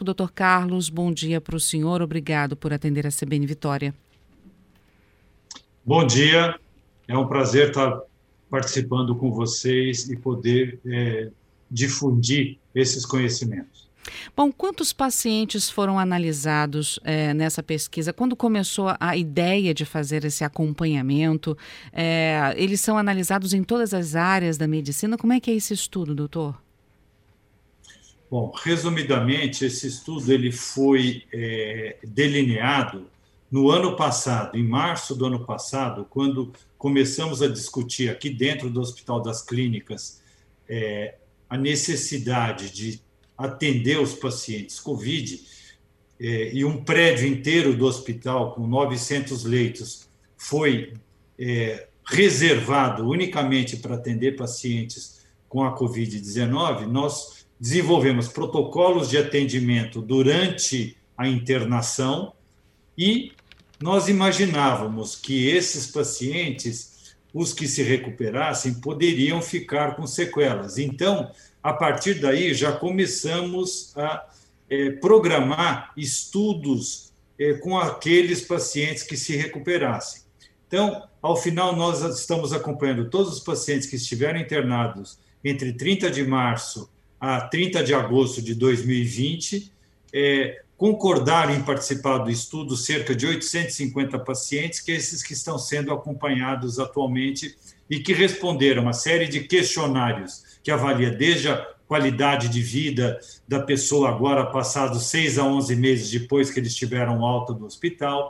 Dr. Carlos, bom dia para o senhor, obrigado por atender a CBN Vitória. Bom dia, é um prazer estar participando com vocês e poder difundir esses conhecimentos. Bom, quantos pacientes foram analisados nessa pesquisa? Quando começou a ideia de fazer esse acompanhamento, eles são analisados em todas as áreas da medicina? Como é que é esse estudo, doutor? Bom, resumidamente, esse estudo ele foi delineado no ano passado, em março do ano passado, quando começamos a discutir aqui dentro do Hospital das Clínicas a necessidade de atender os pacientes COVID, e um prédio inteiro do hospital, com 900 leitos, foi reservado unicamente para atender pacientes com a COVID-19, nós desenvolvemos protocolos de atendimento durante a internação e nós imaginávamos que esses pacientes, os que se recuperassem, poderiam ficar com sequelas. Então, a partir daí, já começamos a programar estudos com aqueles pacientes que se recuperassem. Então, ao final, nós estamos acompanhando todos os pacientes que estiveram internados entre 30 de março a 30 de agosto de 2020, concordaram em participar do estudo cerca de 850 pacientes, que esses que estão sendo acompanhados atualmente e que responderam uma série de questionários que avalia desde a qualidade de vida da pessoa agora, passados 6 a 11 meses depois que eles tiveram alta do hospital,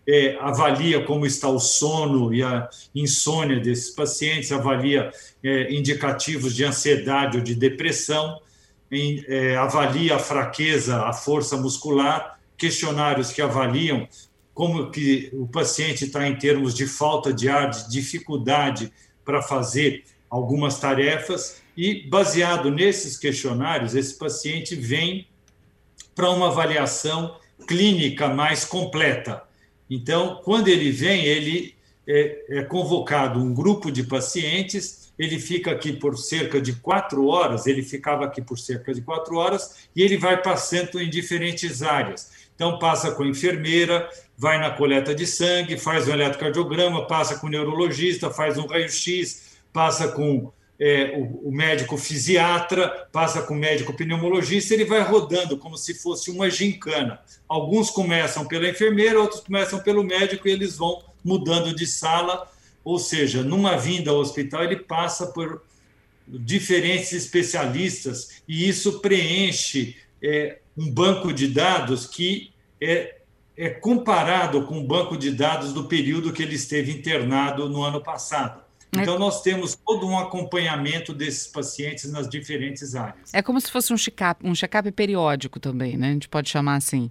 avalia como está o sono e a insônia desses pacientes, avalia indicativos de ansiedade ou de depressão, avalia a fraqueza, a força muscular, questionários que avaliam como que o paciente está em termos de falta de ar, de dificuldade para fazer algumas tarefas, e baseado nesses questionários, esse paciente vem para uma avaliação clínica mais completa. Então, quando ele vem, ele é convocado um grupo de pacientes, ele fica aqui por cerca de 4 horas, ele ficava aqui por cerca de 4 horas, e ele vai passando em diferentes áreas. Então, passa com a enfermeira, vai na coleta de sangue, faz um eletrocardiograma, passa com o neurologista, faz um raio-x, passa com o médico fisiatra, passa com o médico pneumologista, ele vai rodando como se fosse uma gincana. Alguns começam pela enfermeira, outros começam pelo médico e eles vão mudando de sala, ou seja, numa vinda ao hospital ele passa por diferentes especialistas e isso preenche um banco de dados que é comparado com o banco de dados do período que ele esteve internado no ano passado. Então, nós temos todo um acompanhamento desses pacientes nas diferentes áreas. É como se fosse um check-up periódico também, né? A gente pode chamar assim.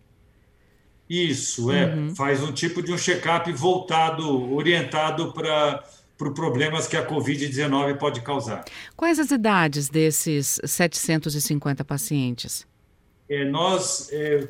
Isso, faz um tipo de um check-up orientado para problemas que a Covid-19 pode causar. Quais as idades desses 750 pacientes? Nós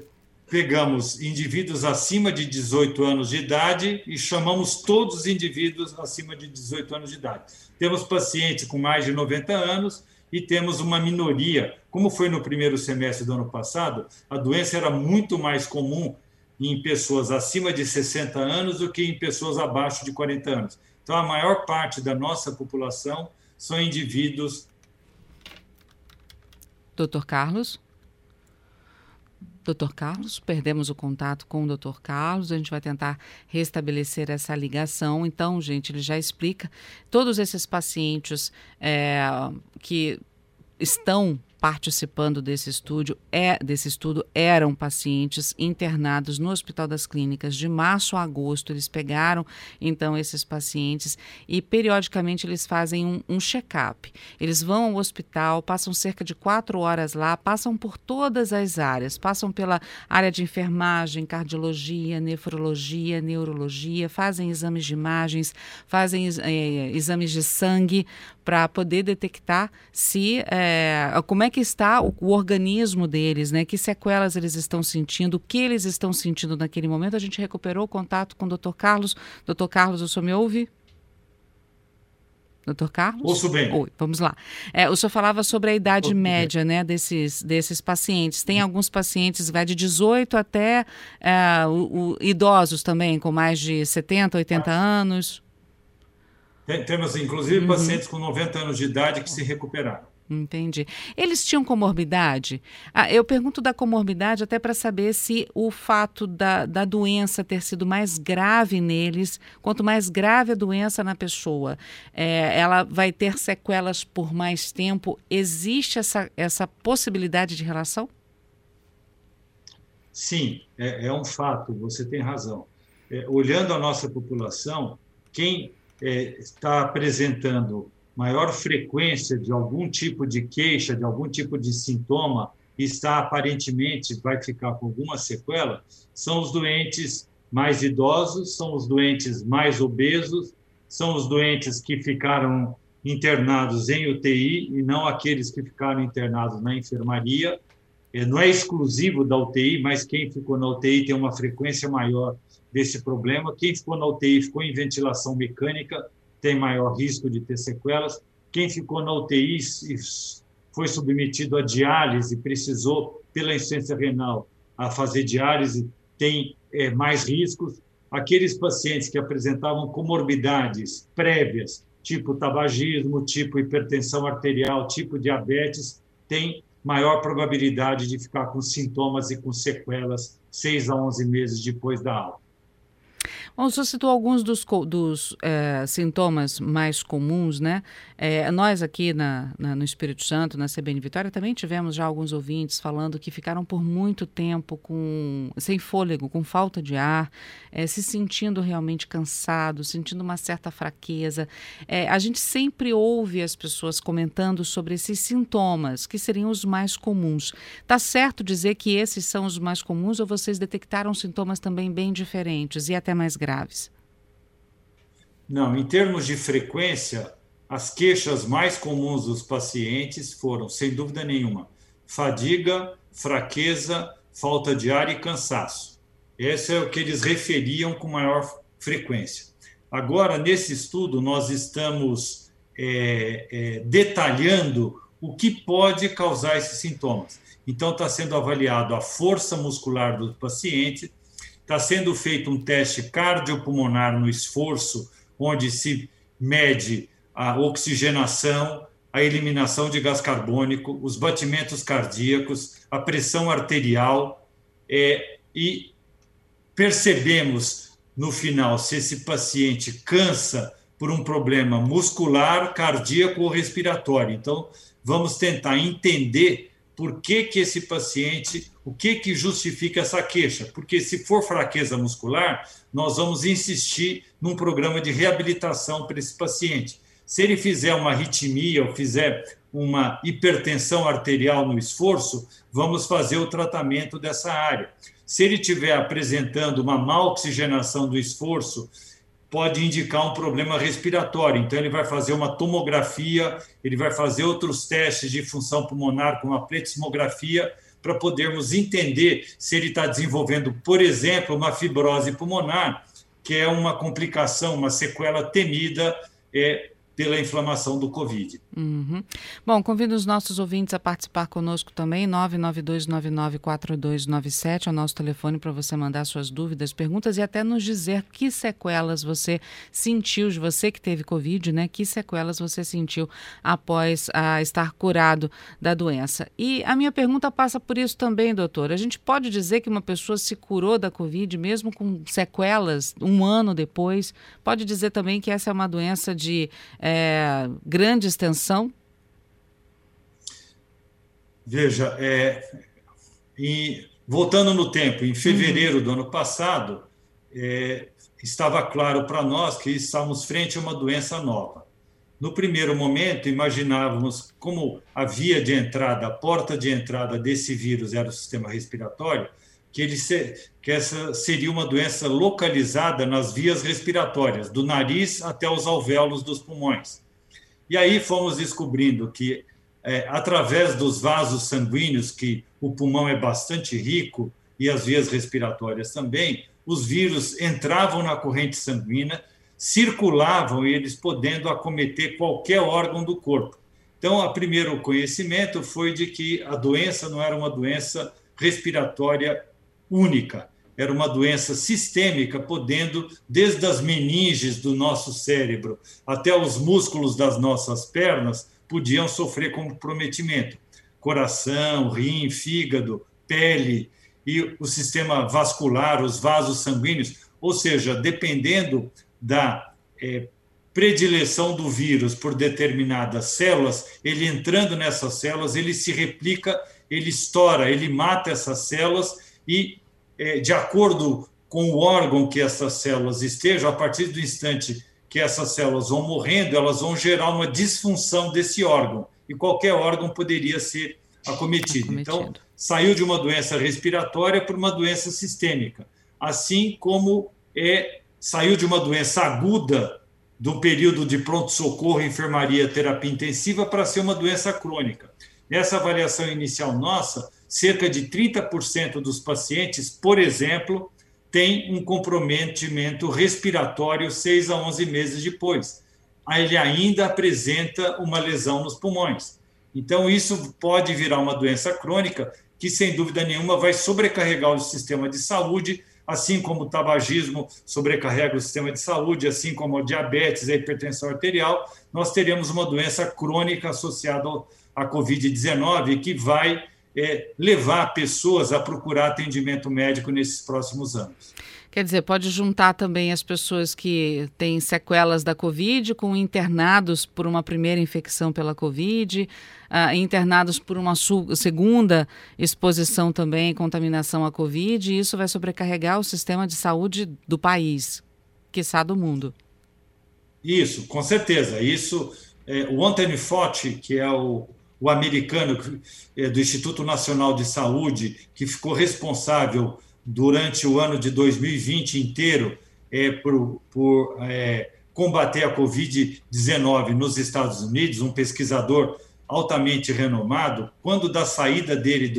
pegamos indivíduos acima de 18 anos de idade e chamamos todos os indivíduos acima de 18 anos de idade. Temos pacientes com mais de 90 anos e temos uma minoria. Como foi no primeiro semestre do ano passado, a doença era muito mais comum em pessoas acima de 60 anos do que em pessoas abaixo de 40 anos. Então, a maior parte da nossa população são indivíduos... Dr. Carlos? Dr. Carlos, perdemos o contato com o Dr. Carlos, a gente vai tentar restabelecer essa ligação. Então, gente, ele já explica, todos esses pacientes que estão participando desse estudo eram pacientes internados no Hospital das Clínicas de março a agosto. Eles pegaram, então, esses pacientes e, periodicamente, eles fazem um check-up. Eles vão ao hospital, passam cerca de 4 horas lá, passam por todas as áreas, passam pela área de enfermagem, cardiologia, nefrologia, neurologia, fazem exames de imagens, fazem exames de sangue para poder detectar como é que está o organismo deles, né? Que sequelas eles estão sentindo, o que eles estão sentindo naquele momento. A gente recuperou o contato com o Dr. Carlos. Dr. Carlos, o senhor me ouve? Doutor Carlos? Ouço bem. Oi, vamos lá. O senhor falava sobre a idade média, né, desses pacientes. Tem alguns pacientes vai de 18 até idosos também, com mais de 70, 80 anos. Temos, inclusive, pacientes com 90 anos de idade que se recuperaram. Entendi. Eles tinham comorbidade? Eu pergunto da comorbidade até para saber se o fato da doença ter sido mais grave neles, quanto mais grave a doença na pessoa, ela vai ter sequelas por mais tempo. Existe essa possibilidade de relação? Sim, é um fato, você tem razão. Olhando a nossa população, quem está apresentando maior frequência de algum tipo de queixa, de algum tipo de sintoma, aparentemente vai ficar com alguma sequela, são os doentes mais idosos, são os doentes mais obesos, são os doentes que ficaram internados em UTI e não aqueles que ficaram internados na enfermaria. Não é exclusivo da UTI, mas quem ficou na UTI tem uma frequência maior desse problema. Quem ficou na UTI ficou em ventilação mecânica, tem maior risco de ter sequelas. Quem ficou na UTI e foi submetido a diálise, precisou, pela insuficiência renal, a fazer diálise, tem mais riscos. Aqueles pacientes que apresentavam comorbidades prévias, tipo tabagismo, tipo hipertensão arterial, tipo diabetes, têm maior probabilidade de ficar com sintomas e com sequelas 6 a 11 meses depois da alta. Bom, o senhor citou alguns dos sintomas mais comuns, né? Nós aqui no Espírito Santo, na CBN Vitória, também tivemos já alguns ouvintes falando que ficaram por muito tempo sem fôlego, com falta de ar, se sentindo realmente cansados, sentindo uma certa fraqueza. A gente sempre ouve as pessoas comentando sobre esses sintomas, que seriam os mais comuns. Está certo dizer que esses são os mais comuns ou vocês detectaram sintomas também bem diferentes e até mais graves? Não, em termos de frequência, as queixas mais comuns dos pacientes foram, sem dúvida nenhuma, fadiga, fraqueza, falta de ar e cansaço. Esse é o que eles referiam com maior frequência. Agora, nesse estudo, nós estamos detalhando o que pode causar esses sintomas. Então, está sendo avaliado a força muscular do paciente. Está sendo feito um teste cardiopulmonar no esforço, onde se mede a oxigenação, a eliminação de gás carbônico, os batimentos cardíacos, a pressão arterial, e percebemos no final se esse paciente cansa por um problema muscular, cardíaco ou respiratório. Então, vamos tentar entender por que esse paciente, o que justifica essa queixa? Porque se for fraqueza muscular, nós vamos insistir num programa de reabilitação para esse paciente. Se ele fizer uma arritmia ou fizer uma hipertensão arterial no esforço, vamos fazer o tratamento dessa área. Se ele estiver apresentando uma má oxigenação do esforço, pode indicar um problema respiratório. Então, ele vai fazer uma tomografia, ele vai fazer outros testes de função pulmonar, como a pletismografia, para podermos entender se ele está desenvolvendo, por exemplo, uma fibrose pulmonar, que é uma complicação, uma sequela temida pela inflamação do Covid. Uhum. Bom, convido os nossos ouvintes a participar conosco também, 992994297 é o nosso telefone para você mandar suas dúvidas, perguntas e até nos dizer que sequelas você sentiu, de você que teve Covid, né? Que sequelas você sentiu após estar curado da doença. E a minha pergunta passa por isso também, doutor. A gente pode dizer que uma pessoa se curou da Covid, mesmo com sequelas, um ano depois? Pode dizer também que essa é uma doença de grande extensão? Veja, voltando no tempo, em fevereiro do ano passado, estava claro para nós que estávamos frente a uma doença nova. No primeiro momento, imaginávamos como a via de entrada, a porta de entrada desse vírus era o sistema respiratório, que essa seria uma doença localizada nas vias respiratórias, do nariz até os alvéolos dos pulmões. E aí fomos descobrindo que, através dos vasos sanguíneos, que o pulmão é bastante rico, e as vias respiratórias também, os vírus entravam na corrente sanguínea, circulavam e eles podendo acometer qualquer órgão do corpo. Então, o primeiro conhecimento foi de que a doença não era uma doença respiratória única, era uma doença sistêmica, podendo, desde as meninges do nosso cérebro até os músculos das nossas pernas, podiam sofrer comprometimento. Coração, rim, fígado, pele e o sistema vascular, os vasos sanguíneos, ou seja, dependendo da predileção do vírus por determinadas células, ele entrando nessas células, ele se replica, ele estoura, ele mata essas células e, de acordo com o órgão que essas células estejam, a partir do instante que essas células vão morrendo, elas vão gerar uma disfunção desse órgão, e qualquer órgão poderia ser acometido. Então, saiu de uma doença respiratória para uma doença sistêmica, assim como saiu de uma doença aguda do período de pronto-socorro, enfermaria, terapia intensiva, para ser uma doença crônica. Nessa avaliação inicial nossa, cerca de 30% dos pacientes, por exemplo, têm um comprometimento respiratório 6 a 11 meses depois. Ele ainda apresenta uma lesão nos pulmões. Então, isso pode virar uma doença crônica que, sem dúvida nenhuma, vai sobrecarregar o sistema de saúde, assim como o tabagismo sobrecarrega o sistema de saúde, assim como a diabetes, a hipertensão arterial, nós teremos uma doença crônica associada à Covid-19 que vai levar pessoas a procurar atendimento médico nesses próximos anos. Quer dizer, pode juntar também as pessoas que têm sequelas da Covid com internados por uma primeira infecção pela Covid, internados por uma segunda exposição também, contaminação à Covid, e isso vai sobrecarregar o sistema de saúde do país, quiçá do mundo. Isso, com certeza. Isso, o Anthony Fauci, que é o americano do Instituto Nacional de Saúde, que ficou responsável durante o ano de 2020 inteiro por combater a Covid-19 nos Estados Unidos, um pesquisador altamente renomado, quando da saída dele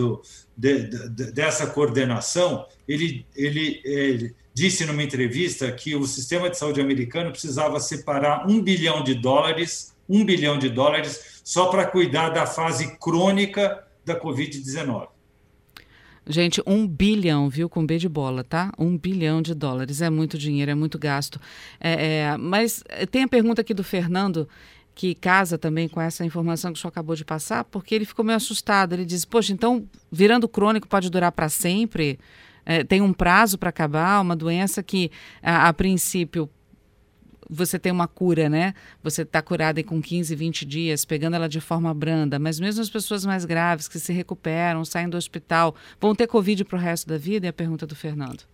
dessa coordenação, ele disse numa entrevista que o sistema de saúde americano precisava separar $1 bilhão, $1 bilhão só para cuidar da fase crônica da Covid-19. Gente, 1 bilhão, viu? Com B de bola, tá? $1 bilhão. É muito dinheiro, é muito gasto. Mas tem a pergunta aqui do Fernando, que casa também com essa informação que o senhor acabou de passar, porque ele ficou meio assustado. Ele diz, poxa, então, virando crônico pode durar para sempre? Tem um prazo para acabar? Uma doença que, a princípio, você tem uma cura, né? Você está curada com 15, 20 dias, pegando ela de forma branda, mas mesmo as pessoas mais graves que se recuperam, saem do hospital, vão ter Covid para o resto da vida? É a pergunta do Fernando.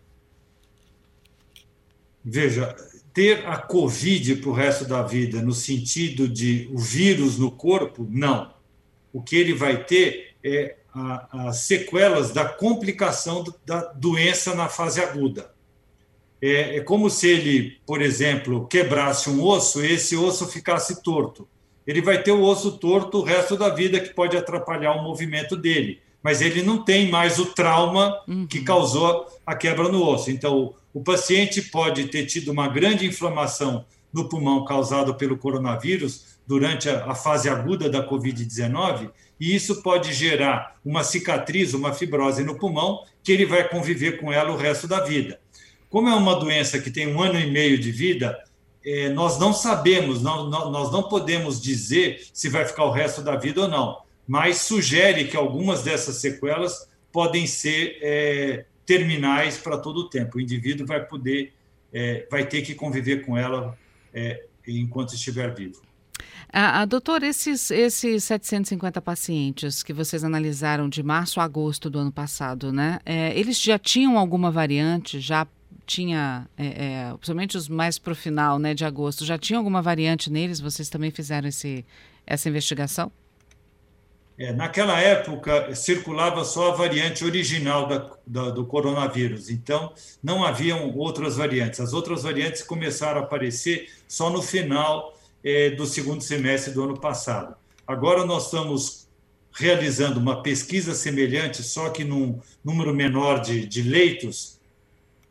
Veja, ter a Covid para o resto da vida, no sentido de o vírus no corpo, não. O que ele vai ter é as sequelas da complicação da doença na fase aguda. É como se ele, por exemplo, quebrasse um osso e esse osso ficasse torto. Ele vai ter o osso torto o resto da vida, que pode atrapalhar o movimento dele, mas ele não tem mais o trauma que causou a quebra no osso. Então, o paciente pode ter tido uma grande inflamação no pulmão causada pelo coronavírus durante a fase aguda da Covid-19, e isso pode gerar uma cicatriz, uma fibrose no pulmão, que ele vai conviver com ela o resto da vida. Como é uma doença que tem 1 ano e meio de vida, nós não sabemos, nós não podemos dizer se vai ficar o resto da vida ou não, mas sugere que algumas dessas sequelas podem ser terminais para todo o tempo. O indivíduo vai ter que conviver com ela enquanto estiver vivo. Doutor, esses 750 pacientes que vocês analisaram de março a agosto do ano passado, né? Eles já tinham alguma variante, já tinha, principalmente os mais para o final, né, de agosto, já tinha alguma variante neles? Vocês também fizeram essa investigação? Naquela época, circulava só a variante original do coronavírus, então não haviam outras variantes. As outras variantes começaram a aparecer só no final do segundo semestre do ano passado. Agora nós estamos realizando uma pesquisa semelhante, só que num número menor de leitos,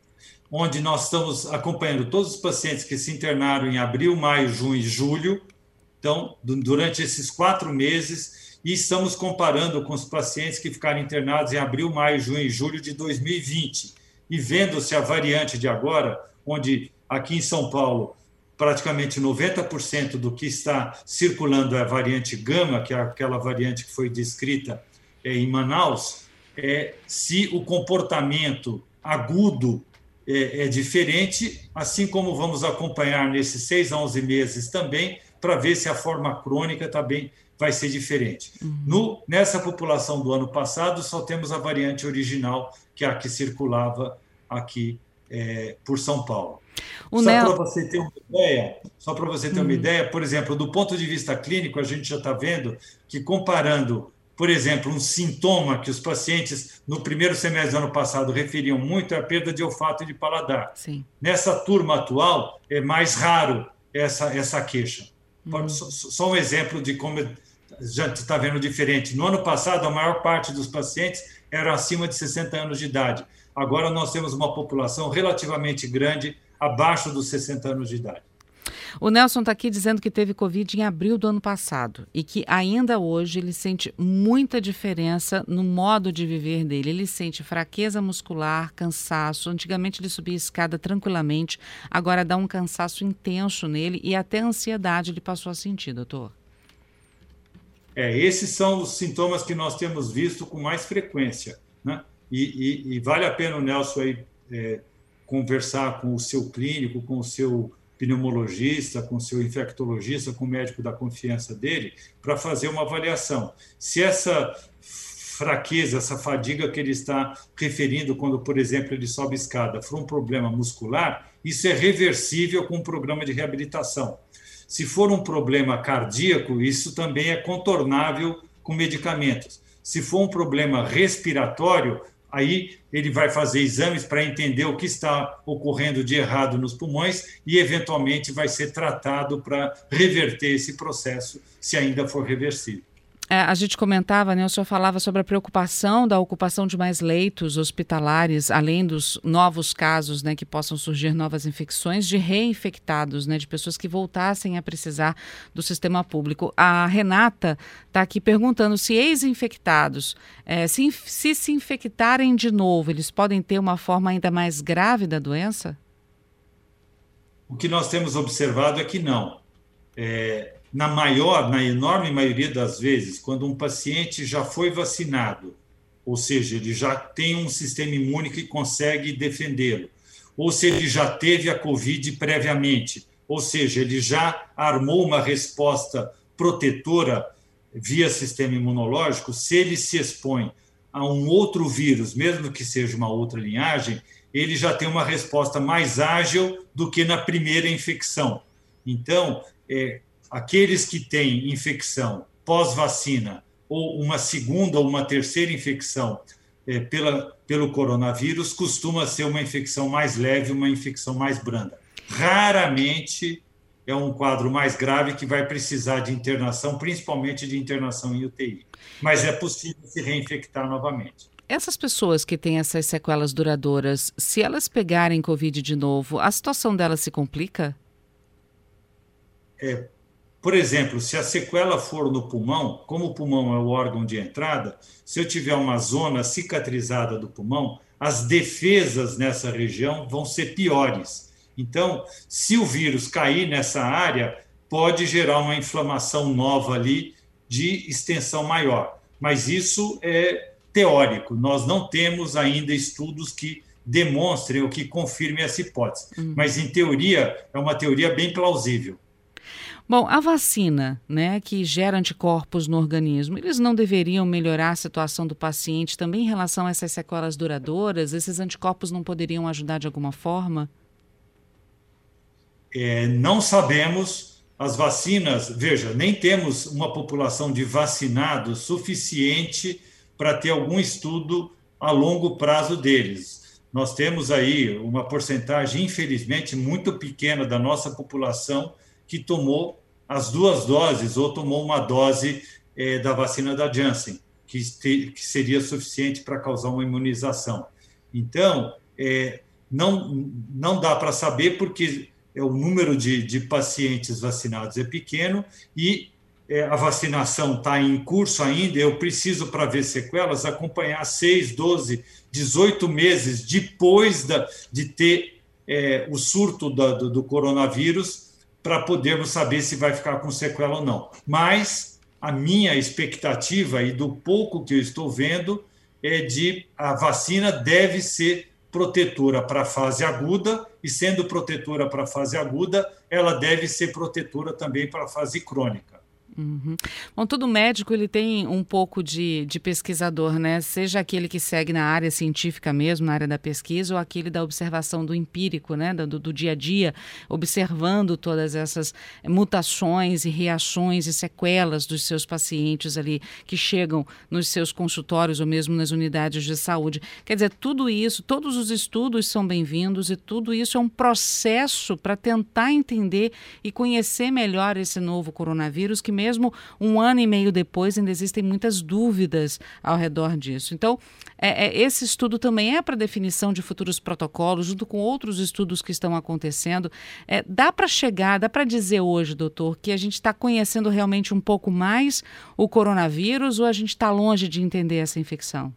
onde nós estamos acompanhando todos os pacientes que se internaram em abril, maio, junho e julho, então, durante esses 4 meses, e estamos comparando com os pacientes que ficaram internados em abril, maio, junho e julho de 2020, e vendo se a variante de agora, onde aqui em São Paulo, praticamente 90% do que está circulando é a variante Gama, que é aquela variante que foi descrita em Manaus, se o comportamento agudo é diferente, assim como vamos acompanhar nesses 6 a 11 meses também, para ver se a forma crônica também vai ser diferente. Nessa população do ano passado, só temos a variante original, que é a que circulava aqui por São Paulo. Para você ter uma ideia, por exemplo, do ponto de vista clínico, a gente já está vendo que comparando, por exemplo, um sintoma que os pacientes no primeiro semestre do ano passado referiam muito é a perda de olfato e de paladar. Sim. Nessa turma atual, é mais raro essa queixa. Só um exemplo de como já está vendo diferente. No ano passado, a maior parte dos pacientes eram acima de 60 anos de idade. Agora nós temos uma população relativamente grande abaixo dos 60 anos de idade. O Nelson está aqui dizendo que teve Covid em abril do ano passado e que ainda hoje ele sente muita diferença no modo de viver dele. Ele sente fraqueza muscular, cansaço. Antigamente ele subia a escada tranquilamente, agora dá um cansaço intenso nele e até ansiedade ele passou a sentir, doutor. Esses são os sintomas que nós temos visto com mais frequência, né? E vale a pena o Nelson aí, conversar com o seu clínico, com o seu pneumologista, com o seu infectologista, com o médico da confiança dele, para fazer uma avaliação. Se essa fraqueza, essa fadiga que ele está referindo quando, por exemplo, ele sobe escada, for um problema muscular, isso é reversível com um programa de reabilitação. Se for um problema cardíaco, isso também é contornável com medicamentos. Se for um problema respiratório, aí ele vai fazer exames para entender o que está ocorrendo de errado nos pulmões e, eventualmente, vai ser tratado para reverter esse processo, se ainda for reversível. A gente comentava, né, o senhor falava sobre a preocupação da ocupação de mais leitos hospitalares, além dos novos casos, né, que possam surgir novas infecções, de reinfectados, né, de pessoas que voltassem a precisar do sistema público. A Renata está aqui perguntando se ex-infectados, se infectarem de novo, eles podem ter uma forma ainda mais grave da doença? O que nós temos observado é que não. Na enorme maioria das vezes, quando um paciente já foi vacinado, ou seja, ele já tem um sistema imune que consegue defendê-lo, ou se ele já teve a Covid previamente, ou seja, ele já armou uma resposta protetora via sistema imunológico, se ele se expõe a um outro vírus, mesmo que seja uma outra linhagem, ele já tem uma resposta mais ágil do que na primeira infecção. Então, aqueles que têm infecção pós-vacina ou uma segunda ou uma terceira infecção pelo coronavírus costuma ser uma infecção mais leve, uma infecção mais branda. Raramente é um quadro mais grave que vai precisar de internação, principalmente de internação em UTI. Mas é possível se reinfectar novamente. Essas pessoas que têm essas sequelas duradouras, se elas pegarem Covid de novo, a situação delas se complica? Por exemplo, se a sequela for no pulmão, como o pulmão é o órgão de entrada, se eu tiver uma zona cicatrizada do pulmão, as defesas nessa região vão ser piores. Então, se o vírus cair nessa área, pode gerar uma inflamação nova ali de extensão maior. Mas isso é teórico. Nós não temos ainda estudos que demonstrem ou que confirmem essa hipótese. Mas, em teoria, é uma teoria bem plausível. Bom, a vacina, né, que gera anticorpos no organismo, eles não deveriam melhorar a situação do paciente também em relação a essas sequelas duradouras? Esses anticorpos não poderiam ajudar de alguma forma? Não sabemos. As vacinas, veja, nem temos uma população de vacinados suficiente para ter algum estudo a longo prazo deles. Nós temos aí uma porcentagem, infelizmente, muito pequena da nossa população que tomou as 2 doses ou tomou uma dose da vacina da Janssen, que seria suficiente para causar uma imunização. Então, não dá para saber porque o número de pacientes vacinados é pequeno e a vacinação está em curso ainda. Eu preciso, para ver sequelas, acompanhar 6, 12, 18 meses depois de ter o surto do coronavírus para podermos saber se vai ficar com sequela ou não. Mas a minha expectativa, e do pouco que eu estou vendo, é de a vacina deve ser protetora para a fase aguda, e sendo protetora para a fase aguda, ela deve ser protetora também para a fase crônica. Uhum. Bom, todo médico ele tem um pouco de pesquisador, né? Seja aquele que segue na área científica mesmo, na área da pesquisa, ou aquele da observação do empírico, né? Do dia a dia, observando todas essas mutações e reações e sequelas dos seus pacientes ali que chegam nos seus consultórios ou mesmo nas unidades de saúde. Quer dizer, tudo isso, todos os estudos são bem-vindos e tudo isso é um processo para tentar entender e conhecer melhor esse novo coronavírus que mesmo um ano e meio depois ainda existem muitas dúvidas ao redor disso. Então, esse estudo também é para definição de futuros protocolos, junto com outros estudos que estão acontecendo. Dá para dizer hoje, doutor, que a gente está conhecendo realmente um pouco mais o coronavírus ou a gente está longe de entender essa infecção?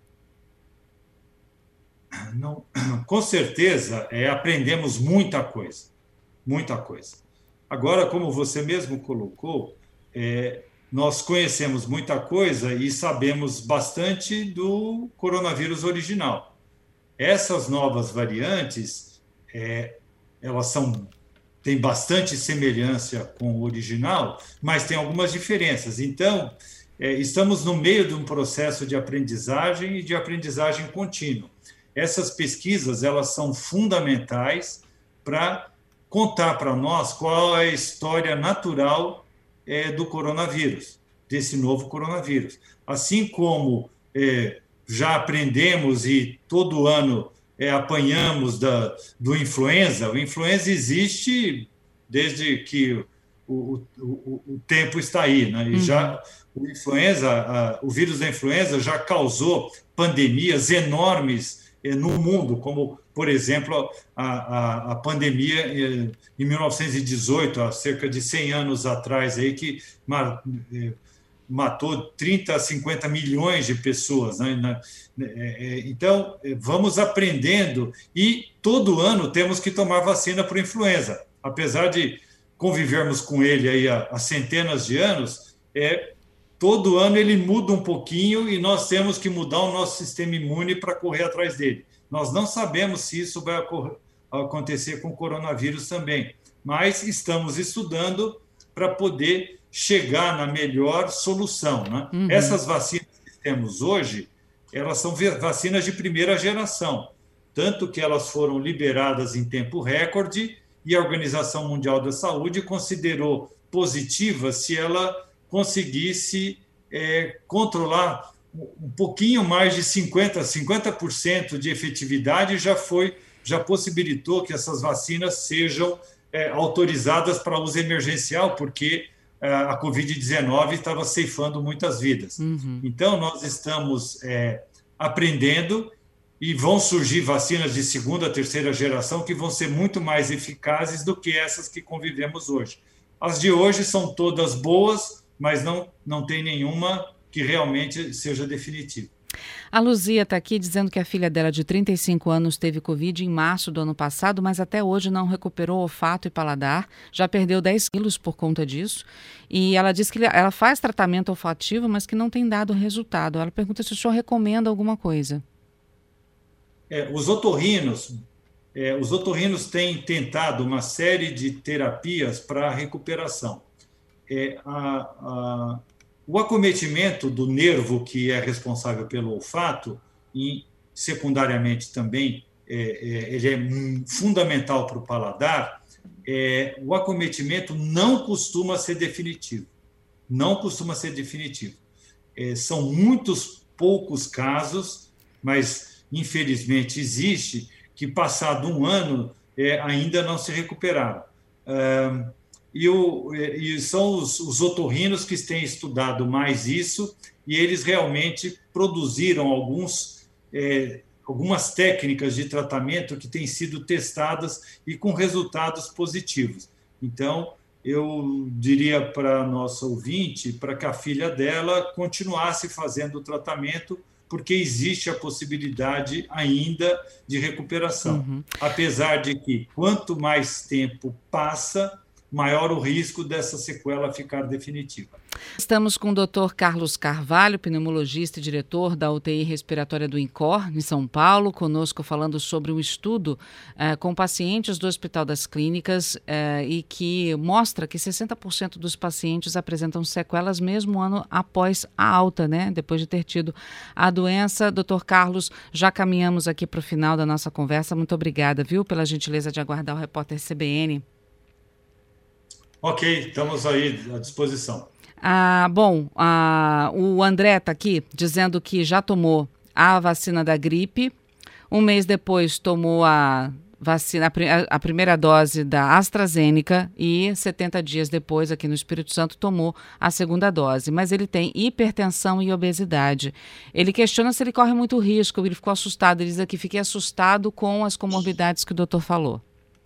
Não, com certeza, aprendemos muita coisa, muita coisa. Agora, como você mesmo colocou, nós conhecemos muita coisa e sabemos bastante do coronavírus original. Essas novas variantes, elas têm bastante semelhança com o original, mas tem algumas diferenças. Então, estamos no meio de um processo de aprendizagem e de aprendizagem contínua. Essas pesquisas, elas são fundamentais para contar para nós qual é a história natural do coronavírus, desse novo coronavírus. Assim como já aprendemos e todo ano apanhamos do influenza, o influenza existe desde que o tempo está aí, né? E já o vírus da influenza já causou pandemias enormes no mundo, como, por exemplo, a pandemia em 1918, há cerca de 100 anos atrás, aí, que matou 30 a 50 milhões de pessoas, né? Então, vamos aprendendo e todo ano temos que tomar vacina para a influenza. Apesar de convivermos com ele aí há centenas de anos, todo ano ele muda um pouquinho e nós temos que mudar o nosso sistema imune para correr atrás dele. Nós não sabemos se isso vai acontecer com o coronavírus também, mas estamos estudando para poder chegar na melhor solução, né? Essas vacinas que temos hoje, elas são vacinas de primeira geração, tanto que elas foram liberadas em tempo recorde e a Organização Mundial da Saúde considerou positiva se ela conseguisse controlar um pouquinho mais de 50% de efetividade, já possibilitou que essas vacinas sejam autorizadas para uso emergencial, porque a Covid-19 estava ceifando muitas vidas. Então, nós estamos aprendendo e vão surgir vacinas de segunda, terceira geração que vão ser muito mais eficazes do que essas que convivemos hoje. As de hoje são todas boas, mas não tem nenhuma que realmente seja definitiva. A Luzia está aqui dizendo que a filha dela de 35 anos teve Covid em março do ano passado, mas até hoje não recuperou olfato e paladar, já perdeu 10 quilos por conta disso, e ela diz que ela faz tratamento olfativo, mas que não tem dado resultado. Ela pergunta se o senhor recomenda alguma coisa. Os otorrinos têm tentado uma série de terapias para a recuperação. O acometimento do nervo que é responsável pelo olfato, e secundariamente também ele é fundamental para o paladar, o acometimento não costuma ser definitivo. Não costuma ser definitivo. São muitos poucos casos, mas infelizmente existe, que passado um ano ainda não se recuperaram. E são os otorrinos que têm estudado mais isso, e eles realmente produziram alguns algumas técnicas de tratamento que têm sido testadas e com resultados positivos. Então, eu diria para a nossa ouvinte, para que a filha dela continuasse fazendo o tratamento, porque existe a possibilidade ainda de recuperação. Apesar de que, quanto mais tempo passa, maior o risco dessa sequela ficar definitiva. Estamos com o Dr. Carlos Carvalho, pneumologista e diretor da UTI respiratória do INCOR, em São Paulo, conosco falando sobre um estudo com pacientes do Hospital das Clínicas e que mostra que 60% dos pacientes apresentam sequelas mesmo ano após a alta, né? Depois de ter tido a doença. Dr. Carlos, já caminhamos aqui para o final da nossa conversa. Muito obrigada, viu, pela gentileza de aguardar o repórter CBN. Ok, estamos aí à disposição. O André está aqui dizendo que já tomou a vacina da gripe, um mês depois tomou a primeira dose da AstraZeneca e 70 dias depois, aqui no Espírito Santo, tomou a segunda dose. Mas ele tem hipertensão e obesidade. Ele questiona se ele corre muito risco, ele ficou assustado. Ele diz aqui, fiquei assustado com as comorbidades que o doutor falou.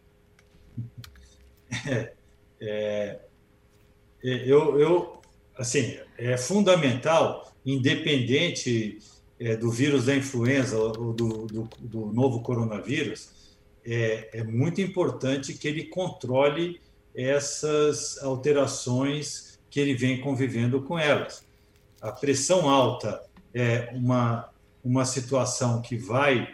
Assim, é fundamental, independente do vírus da influenza ou do novo coronavírus, é muito importante que ele controle essas alterações que ele vem convivendo com elas. A pressão alta é uma situação que vai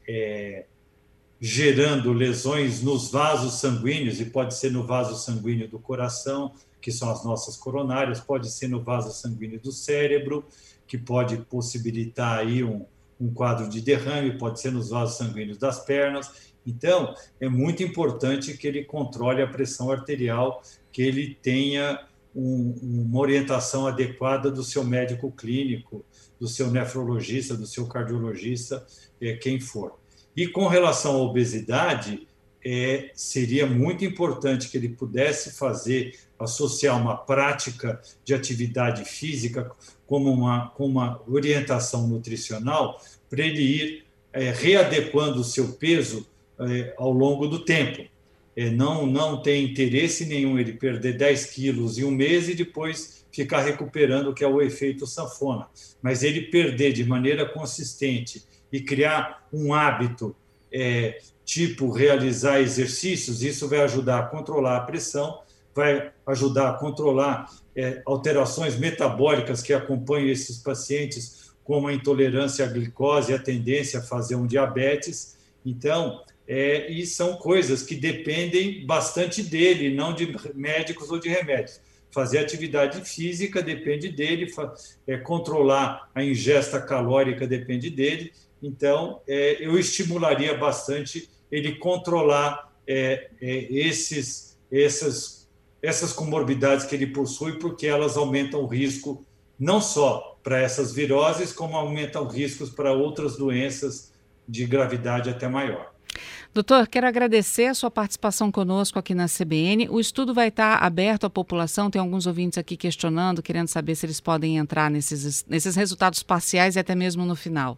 gerando lesões nos vasos sanguíneos, e pode ser no vaso sanguíneo do coração, que são as nossas coronárias, pode ser no vaso sanguíneo do cérebro, que pode possibilitar aí um quadro de derrame, pode ser nos vasos sanguíneos das pernas. Então, é muito importante que ele controle a pressão arterial, que ele tenha uma orientação adequada do seu médico clínico, do seu nefrologista, do seu cardiologista, quem for. E com relação à obesidade, seria muito importante que ele pudesse associar uma prática de atividade física com uma orientação nutricional para ele ir readequando o seu peso ao longo do tempo. Não tem interesse nenhum ele perder 10 quilos em um mês e depois ficar recuperando, que é o efeito sanfona. Mas ele perder de maneira consistente e criar um hábito, tipo realizar exercícios, isso vai ajudar a controlar a pressão, vai ajudar a controlar alterações metabólicas que acompanham esses pacientes, como a intolerância à glicose e a tendência a fazer um diabetes. Então, e são coisas que dependem bastante dele, não de médicos ou de remédios. Fazer atividade física depende dele, controlar a ingesta calórica depende dele. Então, eu estimularia bastante ele controlar essas comorbidades que ele possui, porque elas aumentam o risco não só para essas viroses, como aumentam riscos para outras doenças de gravidade até maior. Doutor, quero agradecer a sua participação conosco aqui na CBN. O estudo vai estar aberto à população, tem alguns ouvintes aqui questionando, querendo saber se eles podem entrar nesses resultados parciais e até mesmo no final.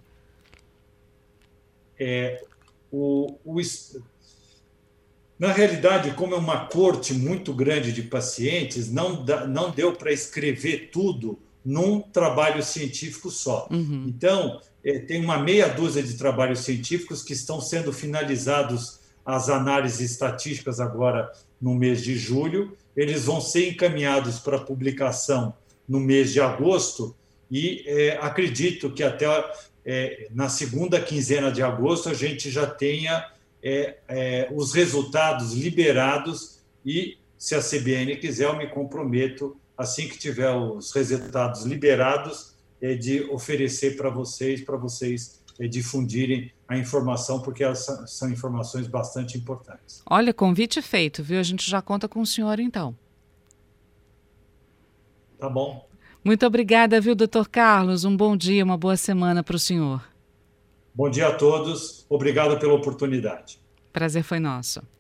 Na realidade, como é uma corte muito grande de pacientes, não deu para escrever tudo num trabalho científico só. Então, tem uma meia dúzia de trabalhos científicos que estão sendo finalizados, as análises estatísticas agora no mês de julho. Eles vão ser encaminhados para publicação no mês de agosto e acredito que até na segunda quinzena de agosto a gente já tenha os resultados liberados e, se a CBN quiser, eu me comprometo, assim que tiver os resultados liberados, de oferecer para vocês difundirem a informação, porque elas são informações bastante importantes. Olha, convite feito, viu? A gente já conta com o senhor, então. Tá bom. Muito obrigada, viu, doutor Carlos? Um bom dia, uma boa semana para o senhor. Bom dia a todos. Obrigado pela oportunidade. Prazer foi nosso.